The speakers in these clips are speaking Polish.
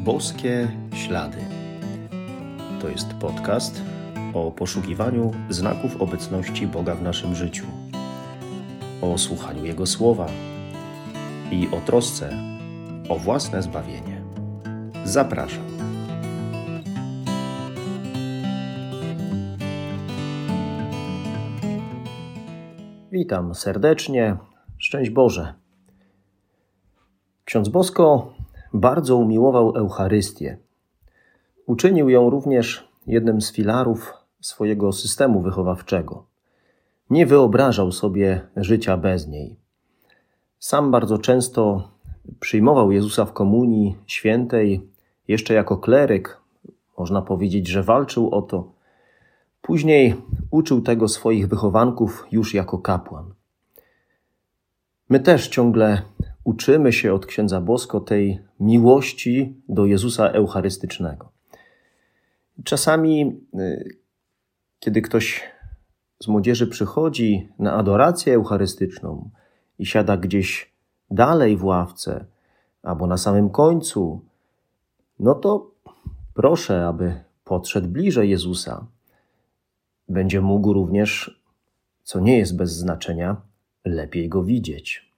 Boskie Ślady. To jest podcast o poszukiwaniu znaków obecności Boga w naszym życiu, o słuchaniu Jego słowa i o trosce o własne zbawienie. Zapraszam. Witam serdecznie. Szczęść Boże. Ksiądz Bosko bardzo umiłował Eucharystię. Uczynił ją również jednym z filarów swojego systemu wychowawczego. Nie wyobrażał sobie życia bez niej. Sam bardzo często przyjmował Jezusa w komunii świętej, jeszcze jako kleryk. Można powiedzieć, że walczył o to. Później uczył tego swoich wychowanków już jako kapłan. My też ciągle uczymy się od księdza Bosko tej miłości do Jezusa Eucharystycznego. Czasami, kiedy ktoś z młodzieży przychodzi na adorację eucharystyczną i siada gdzieś dalej w ławce albo na samym końcu, no to proszę, aby podszedł bliżej Jezusa. Będzie mógł również, co nie jest bez znaczenia, lepiej Go widzieć.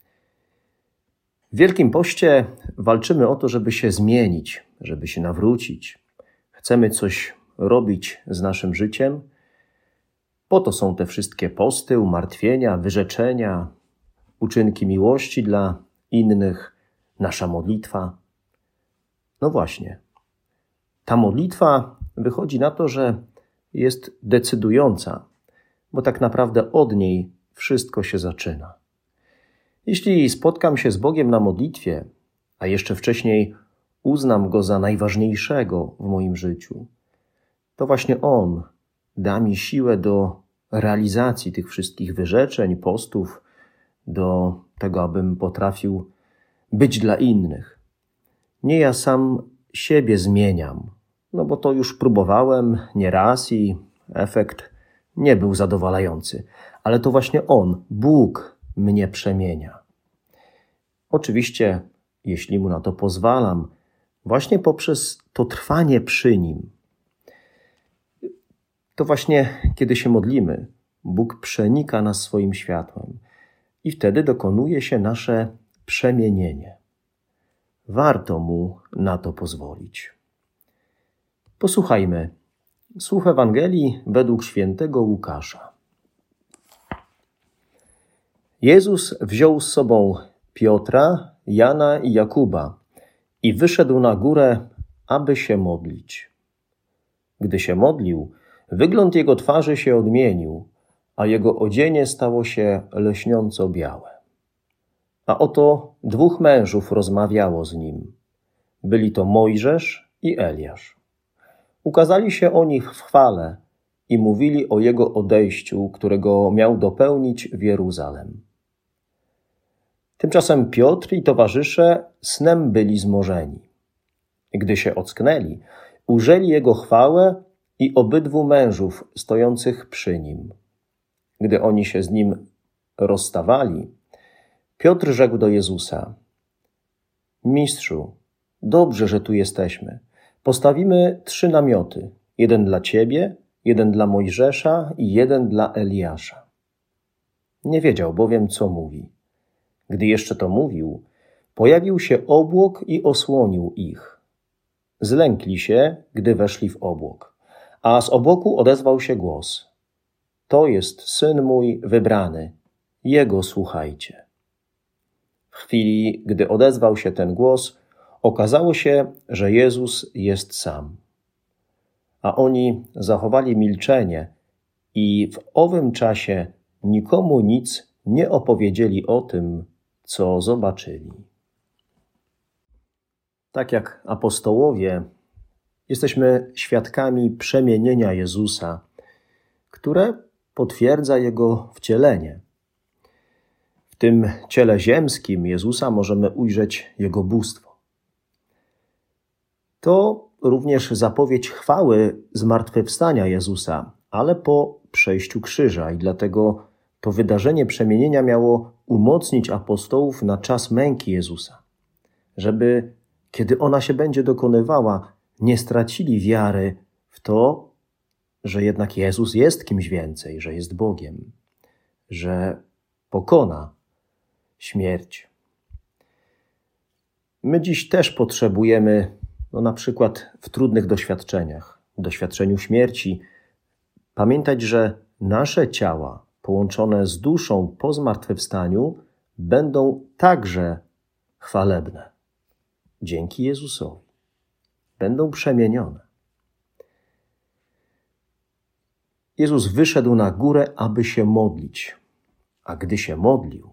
W Wielkim Poście walczymy o to, żeby się zmienić, żeby się nawrócić. Chcemy coś robić z naszym życiem. Po to są te wszystkie posty, umartwienia, wyrzeczenia, uczynki miłości dla innych, nasza modlitwa. No właśnie, ta modlitwa wychodzi na to, że jest decydująca, bo tak naprawdę od niej wszystko się zaczyna. Jeśli spotkam się z Bogiem na modlitwie, a jeszcze wcześniej uznam Go za najważniejszego w moim życiu, to właśnie On da mi siłę do realizacji tych wszystkich wyrzeczeń, postów, do tego, abym potrafił być dla innych. Nie ja sam siebie zmieniam, no bo to już próbowałem nieraz i efekt nie był zadowalający. Ale to właśnie On, Bóg, mnie przemienia. Oczywiście, jeśli Mu na to pozwalam, właśnie poprzez to trwanie przy Nim. To właśnie, kiedy się modlimy, Bóg przenika nas swoim światłem i wtedy dokonuje się nasze przemienienie. Warto Mu na to pozwolić. Posłuchajmy słów Ewangelii według świętego Łukasza. Jezus wziął z sobą Piotra, Jana i Jakuba i wyszedł na górę, aby się modlić. Gdy się modlił, wygląd jego twarzy się odmienił, a jego odzienie stało się lśniąco białe. A oto 2 mężów rozmawiało z nim. Byli to Mojżesz i Eliasz. Ukazali się oni w chwale i mówili o jego odejściu, którego miał dopełnić w Jeruzalem. Tymczasem Piotr i towarzysze snem byli zmorzeni. Gdy się ocknęli, ujrzeli jego chwałę i obydwu mężów stojących przy nim. Gdy oni się z nim rozstawali, Piotr rzekł do Jezusa: Mistrzu, dobrze, że tu jesteśmy. Postawimy 3 namioty. 1 dla Ciebie, 1 dla Mojżesza i 1 dla Eliasza. Nie wiedział bowiem, co mówi. Gdy jeszcze to mówił, pojawił się obłok i osłonił ich. Zlękli się, gdy weszli w obłok, a z obłoku odezwał się głos: To jest Syn mój wybrany, Jego słuchajcie. W chwili, gdy odezwał się ten głos, okazało się, że Jezus jest sam. A oni zachowali milczenie i w owym czasie nikomu nic nie opowiedzieli o tym, co zobaczyli. Tak jak apostołowie, jesteśmy świadkami przemienienia Jezusa, które potwierdza Jego wcielenie. W tym ciele ziemskim Jezusa możemy ujrzeć Jego bóstwo. To również zapowiedź chwały zmartwychwstania Jezusa, ale po przejściu krzyża i dlatego to wydarzenie przemienienia miało umocnić apostołów na czas męki Jezusa, żeby kiedy ona się będzie dokonywała, nie stracili wiary w to, że jednak Jezus jest kimś więcej, że jest Bogiem, że pokona śmierć. My dziś też potrzebujemy, na przykład w trudnych doświadczeniach, w doświadczeniu śmierci, pamiętać, że nasze ciała połączone z duszą po zmartwychwstaniu będą także chwalebne. Dzięki Jezusowi. Będą przemienione. Jezus wyszedł na górę, aby się modlić. A gdy się modlił,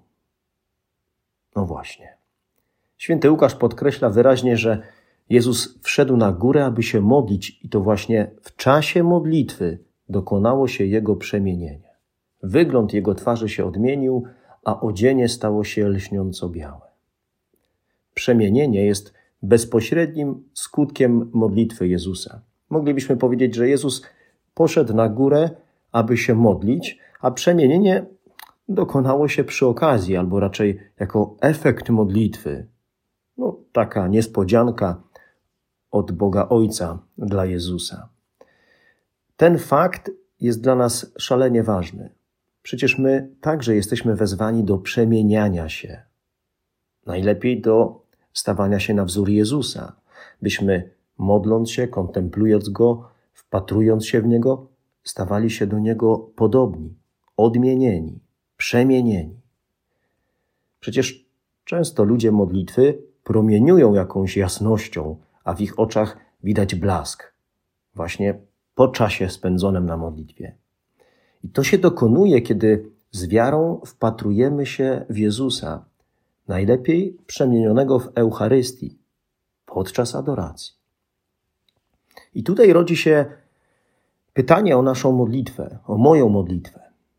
no właśnie. Święty Łukasz podkreśla wyraźnie, że Jezus wszedł na górę, aby się modlić i to właśnie w czasie modlitwy dokonało się Jego przemienienie. Wygląd Jego twarzy się odmienił, a odzienie stało się lśniąco białe. Przemienienie jest bezpośrednim skutkiem modlitwy Jezusa. Moglibyśmy powiedzieć, że Jezus poszedł na górę, aby się modlić, a przemienienie dokonało się przy okazji, albo raczej jako efekt modlitwy. Taka niespodzianka od Boga Ojca dla Jezusa. Ten fakt jest dla nas szalenie ważny. Przecież my także jesteśmy wezwani do przemieniania się. Najlepiej do stawania się na wzór Jezusa, byśmy modląc się, kontemplując Go, wpatrując się w Niego, stawali się do Niego podobni, odmienieni, przemienieni. Przecież często ludzie modlitwy promieniują jakąś jasnością, a w ich oczach widać blask, właśnie po czasie spędzonym na modlitwie. I to się dokonuje, kiedy z wiarą wpatrujemy się w Jezusa, najlepiej przemienionego w Eucharystii, podczas adoracji. I tutaj rodzi się pytanie o naszą modlitwę, o moją modlitwę,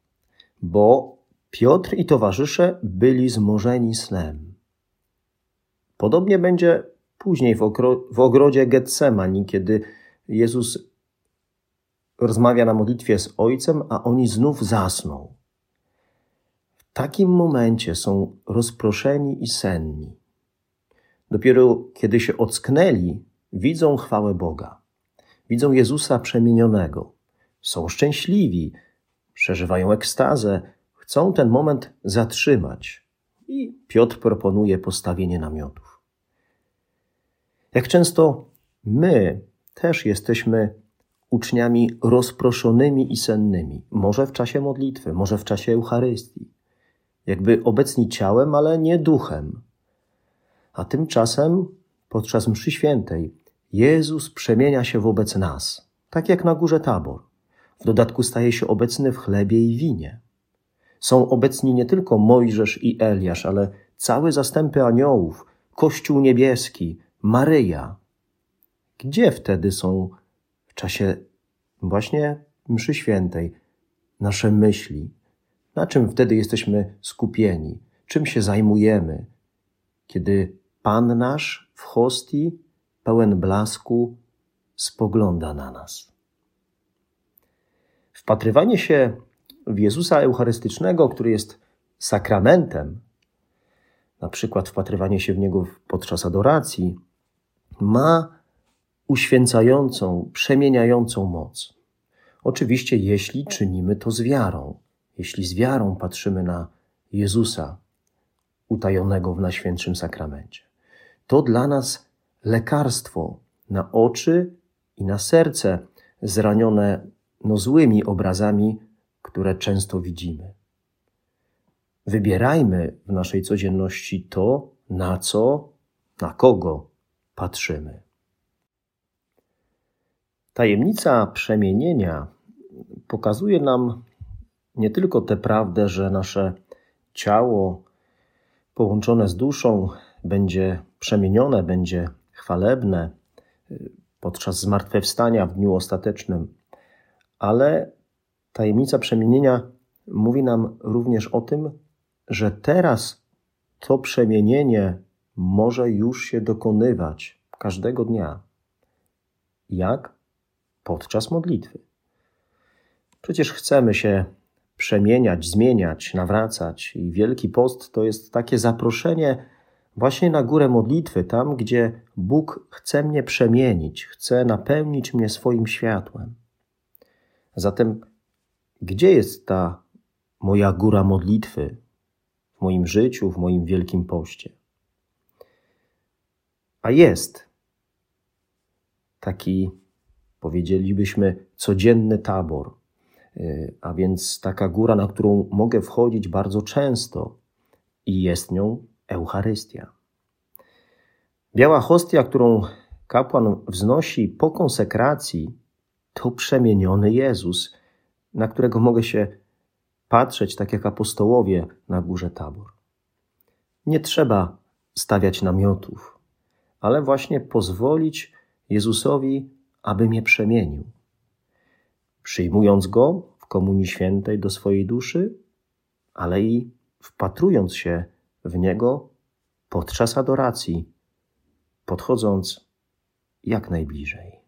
bo Piotr i towarzysze byli zmorzeni snem. Podobnie będzie później w ogrodzie Getsemani, kiedy Jezus rozmawia na modlitwie z Ojcem, a oni znów zasną. W takim momencie są rozproszeni i senni. Dopiero kiedy się ocknęli, widzą chwałę Boga. Widzą Jezusa przemienionego. Są szczęśliwi, przeżywają ekstazę, chcą ten moment zatrzymać. I Piotr proponuje postawienie namiotów. Jak często my też jesteśmy uczniami rozproszonymi i sennymi. Może w czasie modlitwy, może w czasie Eucharystii. Jakby obecni ciałem, ale nie duchem. A tymczasem podczas mszy świętej Jezus przemienia się wobec nas, tak jak na górze Tabor. W dodatku staje się obecny w chlebie i winie. Są obecni nie tylko Mojżesz i Eliasz, ale całe zastępy aniołów, Kościół niebieski, Maryja. Gdzie wtedy są w czasie właśnie mszy świętej nasze myśli? Na czym wtedy jesteśmy skupieni? Czym się zajmujemy? Kiedy Pan nasz w hostii, pełen blasku, spogląda na nas. Wpatrywanie się w Jezusa Eucharystycznego, który jest sakramentem, na przykład wpatrywanie się w Niego podczas adoracji, ma uświęcającą, przemieniającą moc. Oczywiście, jeśli czynimy to z wiarą, jeśli z wiarą patrzymy na Jezusa utajonego w Najświętszym Sakramencie. To dla nas lekarstwo na oczy i na serce zranione złymi obrazami, które często widzimy. Wybierajmy w naszej codzienności to, na kogo patrzymy. Tajemnica przemienienia pokazuje nam nie tylko tę prawdę, że nasze ciało połączone z duszą będzie przemienione, będzie chwalebne podczas zmartwychwstania w dniu ostatecznym, ale tajemnica przemienienia mówi nam również o tym, że teraz to przemienienie może już się dokonywać każdego dnia. Jak? Podczas modlitwy. Przecież chcemy się przemieniać, zmieniać, nawracać i Wielki Post to jest takie zaproszenie Właśnie na górę modlitwy, tam gdzie Bóg chce mnie przemienić, chce napełnić mnie swoim światłem. Zatem gdzie jest ta moja góra modlitwy w moim życiu, w moim Wielkim Poście? A jest taki, powiedzielibyśmy, codzienny tabor, a więc taka góra, na którą mogę wchodzić bardzo często i jest nią Eucharystia. Biała hostia, którą kapłan wznosi po konsekracji, to przemieniony Jezus, na którego mogę się patrzeć, tak jak apostołowie na górze Tabor. Nie trzeba stawiać namiotów, ale właśnie pozwolić Jezusowi, aby mnie przemienił. Przyjmując Go w Komunii Świętej do swojej duszy, ale i wpatrując się w Niego podczas adoracji, podchodząc jak najbliżej.